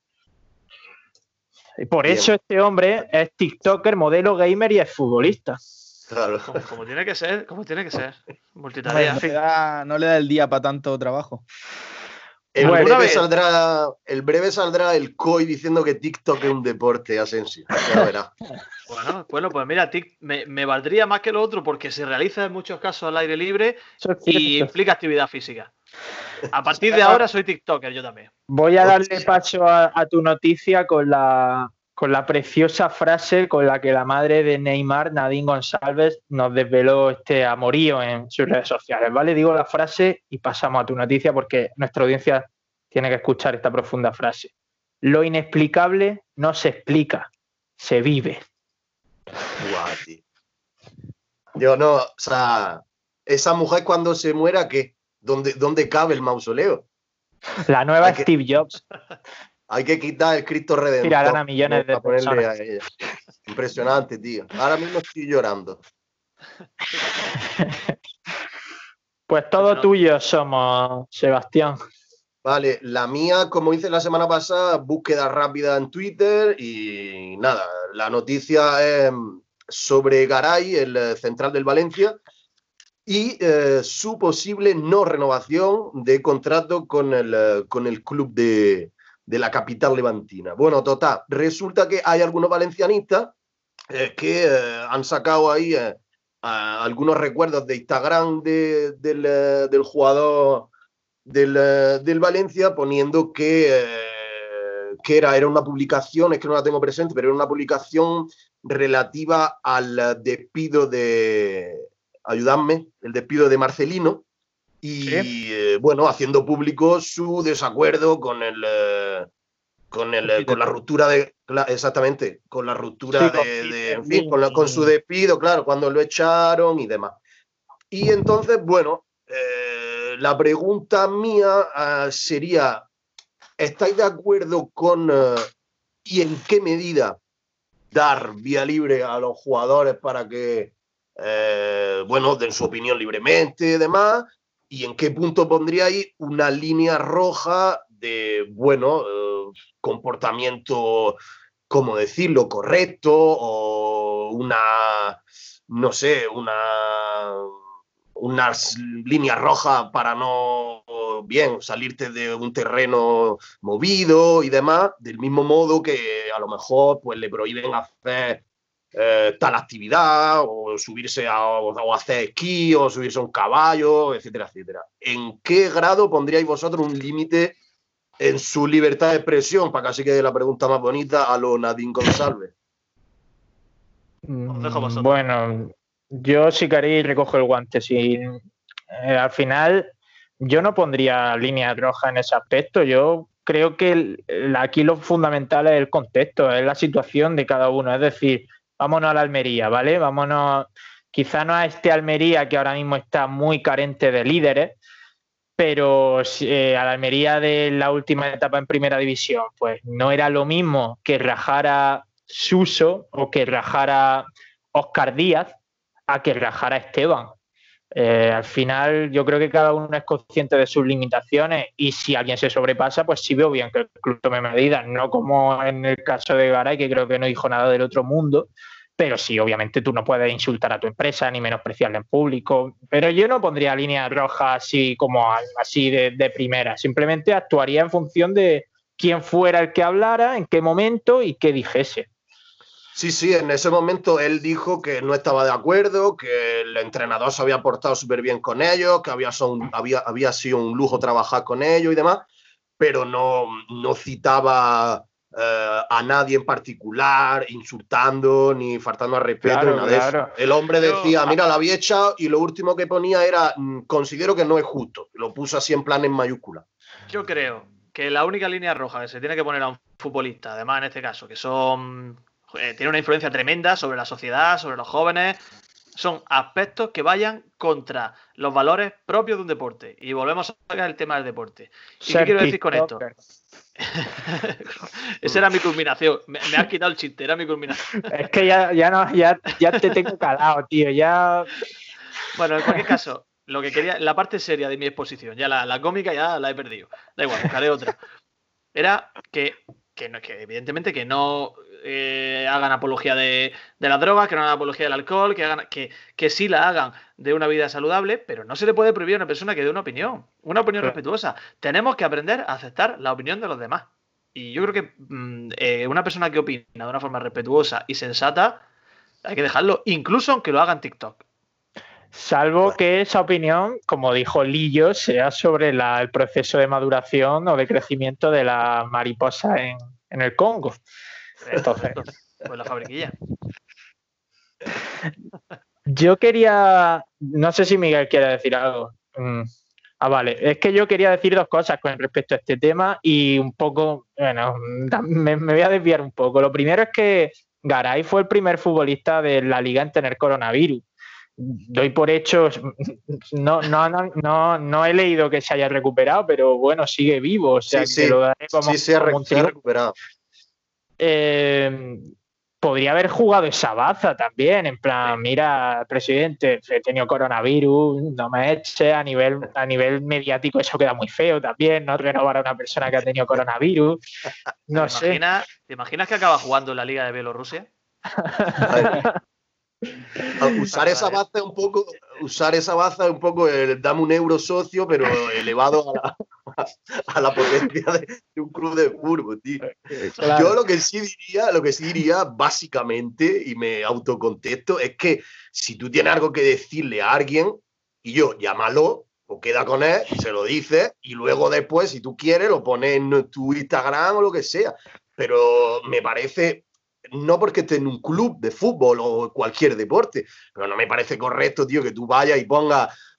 Y por Bien. eso este hombre es TikToker, modelo gamer y es futbolista. Claro. Como, como tiene que ser, como tiene que ser. Hombre, Multitarea. no, le da, no le da el día para tanto trabajo. En Bueno, breve, una vez- saldrá, el breve saldrá el C O I diciendo que TikTok es un deporte, Asensio. Ya lo verás. Bueno, bueno, pues mira, tic- me, me valdría más que lo otro porque se realiza en muchos casos al aire libre Eso es y cierto. implica actividad física. A partir de ahora soy TikToker yo también. Voy a darle Hostia. paso a, a tu noticia con la, con la preciosa frase con la que la madre de Neymar, Nadine González, nos desveló este amorío en sus redes sociales, ¿vale? Digo la frase y pasamos a tu noticia porque nuestra audiencia tiene que escuchar esta profunda frase. Lo inexplicable no se explica, se vive. Guau, tío. Yo no, o sea, esa mujer cuando se muera, ¿qué? ¿Dónde, dónde cabe el mausoleo? La nueva Hay que- Steve Jobs. Hay que quitar el Cristo Redentor. Tirarán a millones de para ponerle personas. a ella. Impresionante, tío. Ahora mismo estoy llorando. Pues todo Bueno. tuyo somos, Sebastián. Vale, la mía, como hice la semana pasada, búsqueda rápida en Twitter y nada, la noticia es sobre Garay, el eh, central del Valencia, y eh, su posible no renovación de contrato con el, eh, con el club de, de la capital levantina. Bueno, total, resulta que hay algunos valencianistas eh, que eh, han sacado ahí eh, a- algunos recuerdos de Instagram de- del, eh, del jugador del, eh, del Valencia, poniendo que, eh, que era, era una publicación, es que no la tengo presente, pero era una publicación relativa al eh, despido de, ayudadme, el despido de Marcelino, y Sí. eh, bueno, haciendo público su desacuerdo con el, eh, con, el, con la ruptura de... Exactamente, con la ruptura sí, de... de en fin, con, la, con su despido, claro, cuando lo echaron y demás. Y entonces, bueno, eh, la pregunta mía uh, sería, ¿estáis de acuerdo con uh, y en qué medida dar vía libre a los jugadores para que, eh, bueno, den su opinión libremente y demás? ¿Y en qué punto pondríais una línea roja de, bueno, uh, comportamiento, ¿cómo decirlo?, correcto, o una, no sé, una... unas líneas rojas para no, bien, salirte de un terreno movido y demás, del mismo modo que a lo mejor pues le prohíben hacer eh, tal actividad, o subirse a, o hacer esquí, o subirse a un caballo, etcétera, etcétera. ¿En qué grado pondríais vosotros un límite en su libertad de expresión? Para que así quede la pregunta más bonita a lo Nadine González. Bueno, yo si queréis recojo el guante. Si, eh, al final yo no pondría línea roja en ese aspecto. Yo creo que el, el, aquí lo fundamental es el contexto, es la situación de cada uno. Es decir, vámonos a la Almería, ¿vale? Vámonos, quizá no a este Almería que ahora mismo está muy carente de líderes, pero eh, a la Almería de la última etapa en primera división, pues no era lo mismo que rajara Suso o que rajara Óscar Díaz a que rajara Esteban. Eh, al final yo creo que cada uno es consciente de sus limitaciones, y si alguien se sobrepasa, pues sí veo bien que el club tome medidas, no como en el caso de Garay, que creo que no dijo nada del otro mundo, pero sí, obviamente tú no puedes insultar a tu empresa ni menospreciarla en público, pero yo no pondría líneas rojas así como así de, de primera, simplemente actuaría en función de quién fuera el que hablara, en qué momento y qué dijese. Sí, sí, en ese momento él dijo que no estaba de acuerdo, que el entrenador se había portado súper bien con ellos, que había, son, había, había sido un lujo trabajar con ellos y demás, pero no, no citaba eh, a nadie en particular, insultando ni faltando al respeto, claro, ni nada claro. de eso. El hombre decía, mira, la había echado, y lo último que ponía era, considero que no es justo. Lo puso así en plan en mayúscula. Yo creo que la única línea roja que se tiene que poner a un futbolista, además en este caso, que son... Eh, tiene una influencia tremenda sobre la sociedad, sobre los jóvenes, son aspectos que vayan contra los valores propios de un deporte. Y volvemos a sacar el tema del deporte. ¿Y qué quiero decir con esto? Esa era mi culminación. Me, me has quitado el chiste, era mi culminación. Es que ya, ya, no, ya, ya te tengo calado, tío. Ya... Bueno, en cualquier caso, lo que quería, la parte seria de mi exposición, ya la, la cómica ya la he perdido. Da igual, buscaré otra. Era que, que, no, que evidentemente que no... Eh, hagan apología de, de las drogas, que no hagan apología del alcohol, que, hagan, que, que sí la hagan de una vida saludable, pero no se le puede prohibir a una persona que dé una opinión, una opinión claro. respetuosa. Tenemos que aprender a aceptar la opinión de los demás. Y yo creo que mmm, eh, una persona que opina de una forma respetuosa y sensata, hay que dejarlo, incluso aunque lo haga en TikTok. Salvo bueno. que esa opinión, como dijo Lillo, sea sobre la, el proceso de maduración o de crecimiento de la mariposa en, en el Congo. Entonces, pues la fabriquilla. Yo quería, no sé si Miguel quiere decir algo. Mm. Ah, vale. Es que yo quería decir dos cosas con respecto a este tema y un poco, bueno, me, me voy a desviar un poco. Lo primero es que Garay fue el primer futbolista de la liga en tener coronavirus. Doy por hecho, no, no, no, no, no he leído que se haya recuperado, pero bueno, sigue vivo. O sea, sí, que sí. lo daré como, sí, se ha, como un se ha recuperado. Eh, podría haber jugado esa baza también, en plan, mira, presidente, he tenido coronavirus, no me eche, a nivel, a nivel mediático eso queda muy feo también, no renovar a una persona que ha tenido coronavirus, no ¿Te sé. Imaginas, ¿Te imaginas que acaba jugando en la Liga de Bielorrusia? usar esa baza un poco, usar esa baza un poco, el, dame un euro socio, pero elevado a la, a la potencia de, de un club de fútbol, tío. Claro. Yo lo que sí diría, lo que sí diría básicamente, y me autocontesto, es que si tú tienes algo que decirle a alguien, y yo, llámalo, o queda con él, se lo dices, y luego después, si tú quieres, lo pones en tu Instagram o lo que sea. Pero me parece... No porque esté en un club de fútbol o cualquier deporte, pero no me parece correcto, tío, que tú vayas y pongas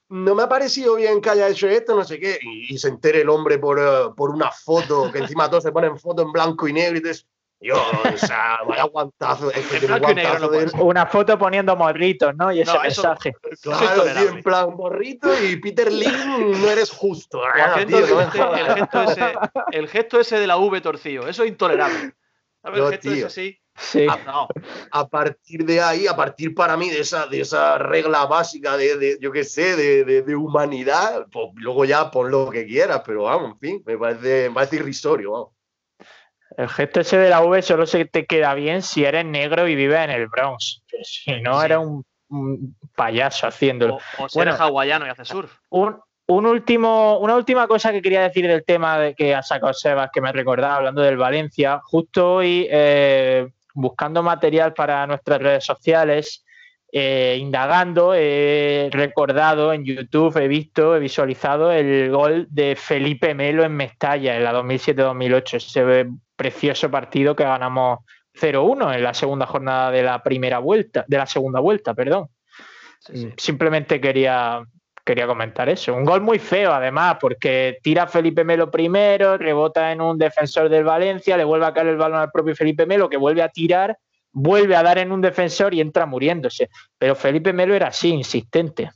no me ha parecido bien que haya hecho esto, no sé qué, y, y se entere el hombre por, uh, por una foto, que encima todos se ponen foto en blanco y negro y todo eso. Yo, o sea, vaya guantazo. Es que En blanco y negro no puede ser. Una foto poniendo morritos, ¿no? Y ese No, eso- mensaje. Claro, tío, en plan morrito y Peter Ling, no eres justo. O Ah, haciendo tío, no me el, jodas. el gesto ese, el gesto ese de la V torcido. Eso es intolerable. ¿Sabes? No, el gesto tío. ese así. Sí. Ah, no. A partir de ahí, a partir para mí de esa, de esa regla básica de, de yo qué sé, de, de, de humanidad, pues luego ya pon lo que quieras, pero vamos, en fin, me parece, me parece irrisorio, vamos. El gesto ese de la V solo se te queda bien si eres negro y vives en el Bronx. Pero si no, Sí. eres un, un payaso haciéndolo. O, o si Bueno. eres hawaiano y haces surf. Un, un último, una última cosa que quería decir del tema de que ha sacado Sebas, que me recordaba hablando del Valencia. Justo hoy, eh, buscando material para nuestras redes sociales, eh, indagando, he recordado en YouTube, he visto, he visualizado el gol de Felipe Melo en Mestalla en la dos mil siete dos mil ocho, ese precioso partido que ganamos cero uno en la segunda jornada de la primera vuelta, de la segunda vuelta, perdón. Sí, sí. Simplemente quería, quería comentar eso. Un gol muy feo, además, porque tira Felipe Melo primero, rebota en un defensor del Valencia, le vuelve a caer el balón al propio Felipe Melo, que vuelve a tirar, vuelve a dar en un defensor y entra muriéndose. Pero Felipe Melo era así, insistente.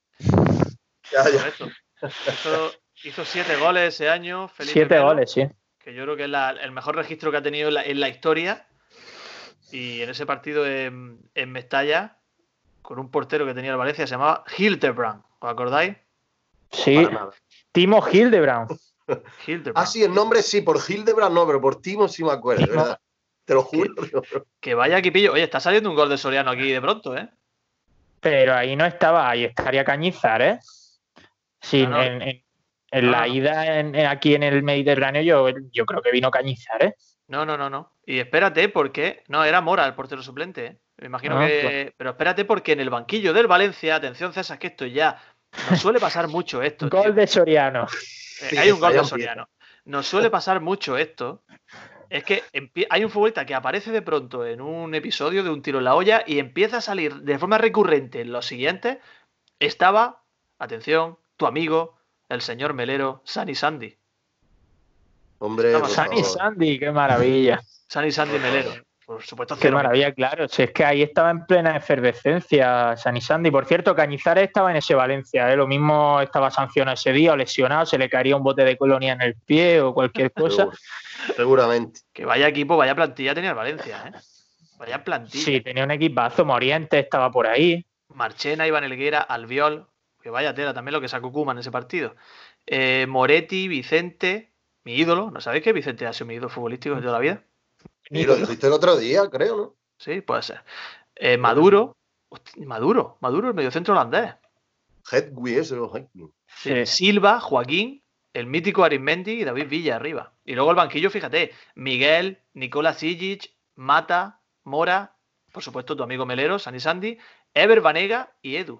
Ya, ya. Correcto. Hizo, hizo siete goles ese año. Felipe Siete Melo, goles, sí. que yo creo que es la- el mejor registro que ha tenido en la, en la historia. Y en ese partido en, en Mestalla, con un portero que tenía el Valencia, se llamaba Hildebrand. ¿Os acordáis? Sí, Para nada. Timo Hildebrand. Hildebrand. Ah, sí, el nombre sí, por Hildebrand no, pero por Timo sí me acuerdo, Timo. ¿verdad? Te lo juro. Que vaya equipillo. Oye, está saliendo un gol de Soriano aquí de pronto, ¿eh? Pero ahí no estaba, ahí estaría Cañizar, ¿eh? Sí, No, no. en, en- en No, la no. ida en- en- aquí en el Mediterráneo yo, yo creo que vino Cañizar, ¿eh? No, no, no, no. Y espérate porque... No, era Mora el portero suplente, ¿eh? Me imagino Ah, que... pues. Pero espérate porque en el banquillo del Valencia, atención César, que esto ya... Nos suele pasar mucho esto, tío. Gol de Soriano. Eh, hay un gol Vaya de empieza. Soriano. Nos suele pasar mucho esto. Es que empie- hay un futbolista que aparece de pronto en un episodio de un tiro en la olla y empieza a salir de forma recurrente en los siguientes. Estaba, atención, tu amigo, el señor Melero, Sunny Sandy. Hombre, Estamos por Sunny favor. Sandy, qué maravilla. Sunny Sandy Melero. Por supuesto, Qué cero maravilla, claro. Si es que ahí estaba en plena efervescencia Sunny Sandy. Por cierto, Cañizares estaba en ese Valencia, ¿eh? Lo mismo estaba sancionado ese día o lesionado, se le caería un bote de colonia en el pie o cualquier cosa. Seguro. Seguramente. Que vaya equipo, vaya plantilla tenía el Valencia, ¿eh? Vaya plantilla. Sí, tenía un equipazo. Morientes estaba por ahí. Marchena, Iván Helguera, Albiol, que vaya tela también lo que sacó Koeman en ese partido. Eh, Moretti, Vicente, mi ídolo. ¿No sabéis que Vicente ha sido mi ídolo futbolístico de toda la vida? Y lo dijiste el otro día, creo, ¿no? Sí, puede ser. Eh, Maduro, Hosti, Maduro, Maduro, el mediocentro holandés. Hedwig, ese o Hedwig. Sí. Silva, Joaquín, el mítico Arismendi y David Villa arriba. Y luego el banquillo, fíjate, Miguel, Nikola Sijic, Mata, Mora, por supuesto tu amigo Melero, Sani Sandy, Ever Banega y Edu.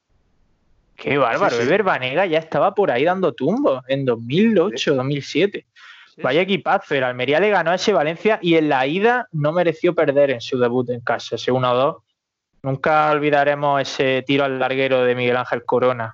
Qué bárbaro. Sí, sí. Ever Banega ya estaba por ahí dando tumbos en dos mil ocho, dos mil siete. Sí, Vaya equipazo. El Almería le ganó a ese Valencia y en la ida no mereció perder en su debut en casa, ese uno dos. Nunca olvidaremos ese tiro al larguero de Miguel Ángel Corona.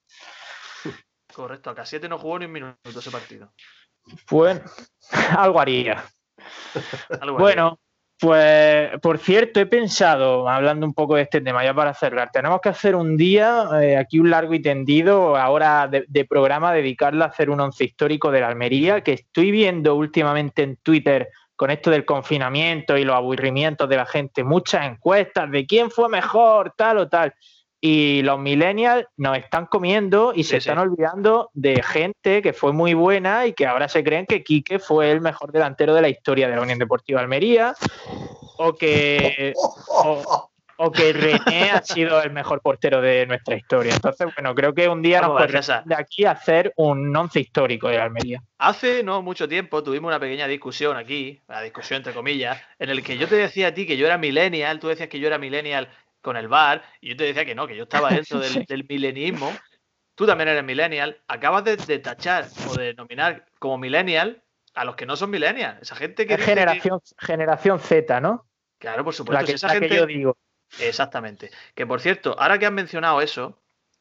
correcto, acá siete no jugó ni un minuto ese partido. Bueno, algo haría. Algo Bueno, pues por cierto, he pensado, hablando un poco de este tema, ya para cerrar, tenemos que hacer un día, eh, aquí un largo y tendido, ahora de, de programa, dedicarle a hacer un once histórico de la Almería, que estoy viendo últimamente en Twitter con esto del confinamiento y los aburrimientos de la gente, muchas encuestas de quién fue mejor, tal o tal. Y los millennials nos están comiendo y se Sí, sí. están olvidando de gente que fue muy buena y que ahora se creen que Quique fue el mejor delantero de la historia de la Unión Deportiva Almería o que, o, o que René ha sido el mejor portero de nuestra historia. Entonces, bueno, creo que un día Vamos nos a ver, César. corresponde aquí hacer un once histórico de la Almería. Hace no mucho tiempo tuvimos una pequeña discusión aquí, una discusión entre comillas, en el que yo te decía a ti que yo era millennial, tú decías que yo era millennial con el V A R, y yo te decía que no, que yo estaba dentro del, Sí. del milenismo. Tú también eres millennial. Acabas de, de tachar o de nominar como millennial a los que no son millennial. Esa gente que Es dice que- generación, generación Z, ¿no? Claro, por supuesto. La si que, esa la que gente... yo digo. Exactamente. Que por cierto, ahora que has mencionado eso,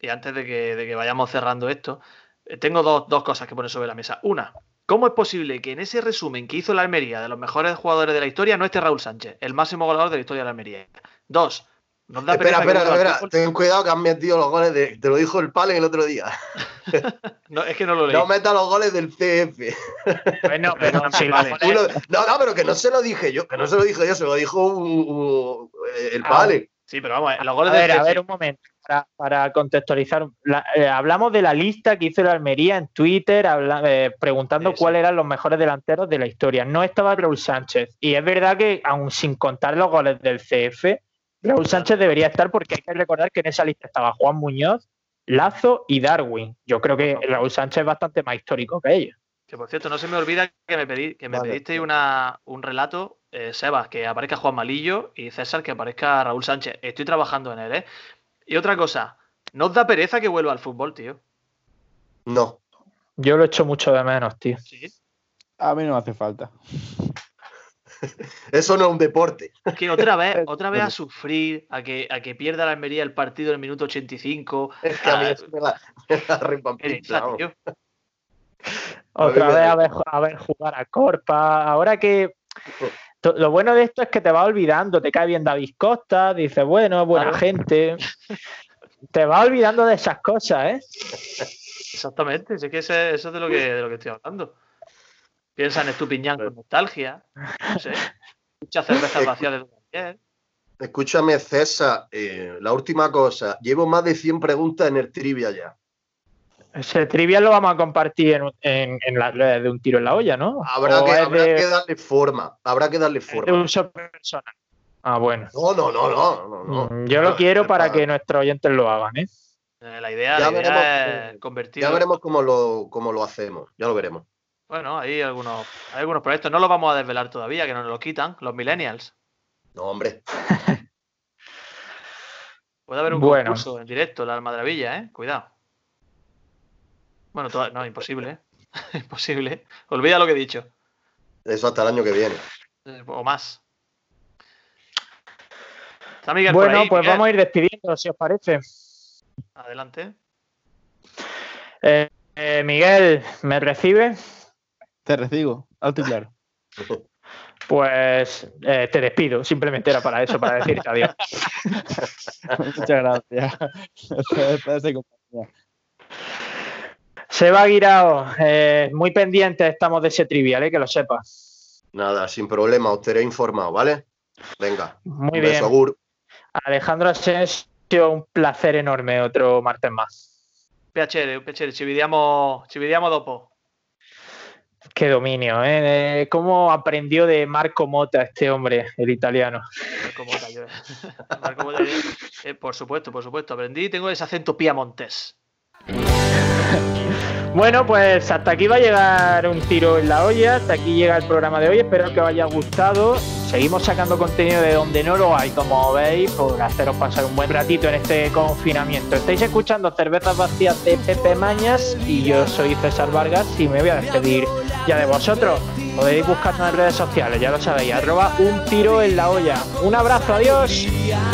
y antes de que, de que vayamos cerrando esto, eh, tengo dos, dos cosas que poner sobre la mesa. Una, ¿cómo es posible que en ese resumen que hizo la Almería de los mejores jugadores de la historia no esté Raúl Sánchez, el máximo goleador de la historia de la Almería? Dos, nos da espera, pereza espera, que espera, ten cuidado que han metido los goles de... Te lo dijo el Palen el otro día. No, es que no lo leí. No metas los goles del C F. Bueno, pero si Vale. Uno- no, no, pero que no se lo dije yo, que no se lo dije yo, se lo dijo un- un- el Ah, Palen. Sí, pero vamos, los A goles ver, del a ver, C F. un momento, para, para contextualizar. La- eh, hablamos de la lista que hizo la Almería en Twitter, habla- eh, preguntando Sí, sí. cuáles eran los mejores delanteros de la historia. No estaba Raúl Sánchez. Y es verdad que, aun sin contar los goles del C F, Raúl Sánchez debería estar, porque hay que recordar que en esa lista estaba Juan Muñoz, Lazo y Darwin. Yo creo que Raúl Sánchez es bastante más histórico que ellos. Que por cierto, no se me olvida que me, pedí, que me Vale. pedisteis una, un relato, eh, Sebas, que aparezca Juan Malillo y César, que aparezca Raúl Sánchez. Estoy trabajando en él, ¿eh? Y otra cosa, ¿no os da pereza que vuelva al fútbol, tío? No. Yo lo echo mucho de menos, tío. Sí. A mí no me hace falta. Eso no es un deporte. Que otra vez, otra vez a sufrir, a que, a que pierda la Almería el partido en el minuto ochenta y cinco. Es que a mí Ah, eso me la, me la repampincha, pereza, vamos. tío. Otra A mí me vez da a ver, a ver jugar a Corpa. Ahora que to- lo bueno de esto es que te vas olvidando, te cae bien David Costa, dices, bueno, es buena Claro. gente. Te vas olvidando de esas cosas, ¿eh? Exactamente, si es que ese- eso es de lo que, de lo que estoy hablando. Piensa en Estupiñán con nostalgia, no sé. Escucha cervezas vacías de ayer. Escúchame, César, eh, la última cosa. Llevo más de cien preguntas en el trivia ya. Ese trivial lo vamos a compartir en, un- en, en la, de un tiro en la olla, ¿no? Habrá, ¿O que, es habrá de, que darle forma. Habrá que darle es de forma. uso personal? Ah, bueno. No, no, no, no. no, no. Mm, Yo lo No, quiero es para que nuestros oyentes lo hagan, ¿eh? Eh, La idea, Ya la idea veremos, es convertir. Ya veremos cómo lo, cómo lo hacemos. Ya lo veremos. Bueno, hay algunos, hay algunos proyectos. No los vamos a desvelar todavía, que no nos lo quitan, los millennials. No, hombre. Puede haber un Bueno. concurso en directo, la Almadravilla, ¿eh? Cuidado. Bueno, toda- no, imposible, ¿eh? Imposible. Olvida lo que he dicho. Eso hasta el año que viene. Eh, O más. Está Miguel por Bueno, ahí, pues Miguel. vamos a ir despidiendo, si os parece. Adelante. Eh, eh, Miguel, ¿me recibe? Te recibo, alto y claro. Pues eh, te despido, simplemente era para eso, para decirte adiós. Muchas gracias. Gracias, compañía. Seba Guirao, eh, muy pendientes estamos de ese trivial, ¿eh? Que lo sepas. Nada, sin problema. Os teré informado, ¿vale? Venga. Muy un bien. beso, Gur. Alejandro Asensio, un placer enorme otro martes más. Piacere, un piacere. Ci vediamo, ci vediamo dopo. Qué dominio, ¿eh? Eh, ¿Cómo aprendió de Marco Mota este hombre, el italiano? Marco Mota, yo. Marco Mota, yo. Eh, por supuesto, por supuesto. Aprendí, tengo ese acento piamontés. Bueno, pues hasta aquí va a llegar un tiro en la olla, hasta aquí llega el programa de hoy, espero que os haya gustado. Seguimos sacando contenido de donde no lo hay, como veis, por haceros pasar un buen ratito en este confinamiento. Estáis escuchando Cervezas Vacías de Pepe Mañas y yo soy César Vargas y me voy a despedir ya de vosotros. Podéis buscarnos en redes sociales, ya lo sabéis, arroba un tiro en la olla. Un abrazo, adiós.